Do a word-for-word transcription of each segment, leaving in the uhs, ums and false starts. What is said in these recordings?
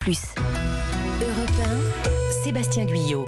Plus. Europe un, Sébastien Guyot.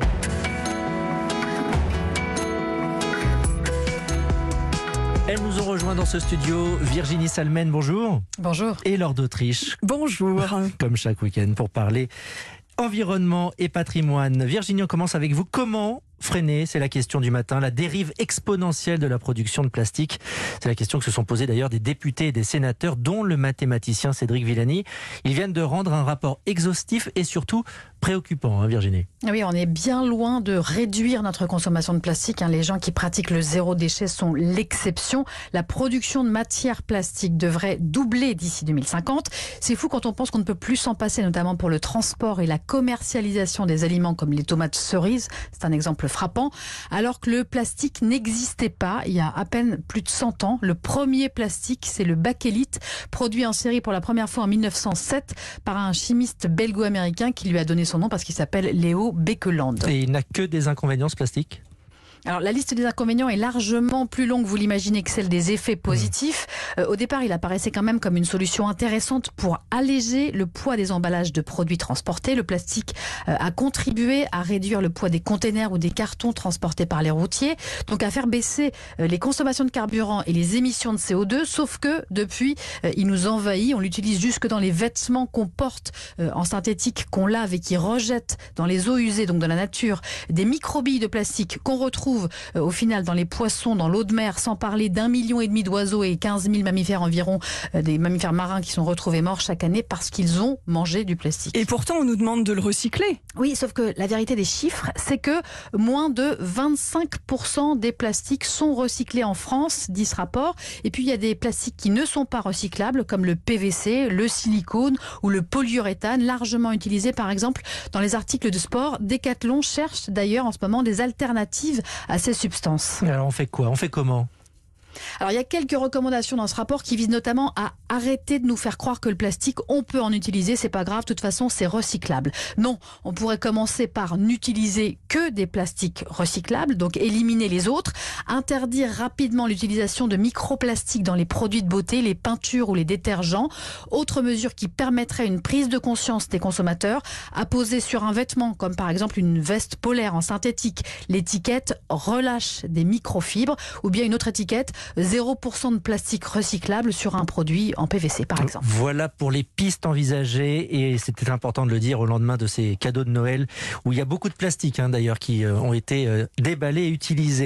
Elles nous ont rejoint dans ce studio. Virginie Salmen, bonjour. Bonjour. Et Laure d'Autriche. Bonjour. Comme chaque week-end pour parler environnement et patrimoine. Virginie, on commence avec vous. Comment freiner, c'est la question du matin, la dérive exponentielle de la production de plastique? C'est la question que se sont posées d'ailleurs des députés et des sénateurs, dont le mathématicien Cédric Villani. Ils viennent de rendre un rapport exhaustif et surtout préoccupant, hein, Virginie. Oui, on est bien loin de réduire notre consommation de plastique. Hein. Les gens qui pratiquent le zéro déchet sont l'exception. La production de matière plastique devrait doubler d'ici deux mille cinquante. C'est fou quand on pense qu'on ne peut plus s'en passer, notamment pour le transport et la commercialisation des aliments comme les tomates cerises. C'est un exemple frappant. Alors que le plastique n'existait pas il y a à peine plus de cent ans. Le premier plastique, c'est le bakélite, produit en série pour la première fois en mille neuf cent sept par un chimiste belgo-américain qui lui a donné son nom parce qu'il s'appelle Léo Baekeland. Et il n'a que des inconvénients, ce plastique ? Alors, la liste des inconvénients est largement plus longue, vous l'imaginez, que celle des effets positifs. Mmh. Euh, au départ, il apparaissait quand même comme une solution intéressante pour alléger le poids des emballages de produits transportés. Le plastique euh, a contribué à réduire le poids des containers ou des cartons transportés par les routiers, donc à faire baisser euh, les consommations de carburant et les émissions de C O deux, sauf que depuis, euh, il nous envahit. On l'utilise jusque dans les vêtements qu'on porte euh, en synthétique, qu'on lave et qui rejettent dans les eaux usées, donc dans la nature, des microbilles de plastique qu'on retrouve au final dans les poissons, dans l'eau de mer, sans parler d'un million et demi d'oiseaux et quinze mille mammifères environ, des mammifères marins qui sont retrouvés morts chaque année parce qu'ils ont mangé du plastique. Et pourtant, on nous demande de le recycler. Oui, sauf que la vérité des chiffres, c'est que moins de vingt-cinq pour cent des plastiques sont recyclés en France, dit ce rapport. Et puis, il y a des plastiques qui ne sont pas recyclables, comme le P V C, le silicone ou le polyuréthane, largement utilisés, par exemple, dans les articles de sport. Decathlon cherche d'ailleurs en ce moment des alternatives à ces substances. Alors on fait quoi? On fait comment? Alors il y a quelques recommandations dans ce rapport qui visent notamment à arrêter de nous faire croire que le plastique, on peut en utiliser, c'est pas grave, de toute façon c'est recyclable. Non, on pourrait commencer par n'utiliser que des plastiques recyclables, donc éliminer les autres, interdire rapidement l'utilisation de microplastiques dans les produits de beauté, les peintures ou les détergents. Autre mesure qui permettrait une prise de conscience des consommateurs, à poser sur un vêtement, comme par exemple une veste polaire en synthétique, l'étiquette relâche des microfibres, ou bien une autre étiquette, zéro pour cent de plastique recyclable sur un produit en P V C par exemple. Voilà pour les pistes envisagées, et c'était important de le dire au lendemain de ces cadeaux de Noël où il y a beaucoup de plastique hein, d'ailleurs qui euh, ont été euh, déballés et utilisés.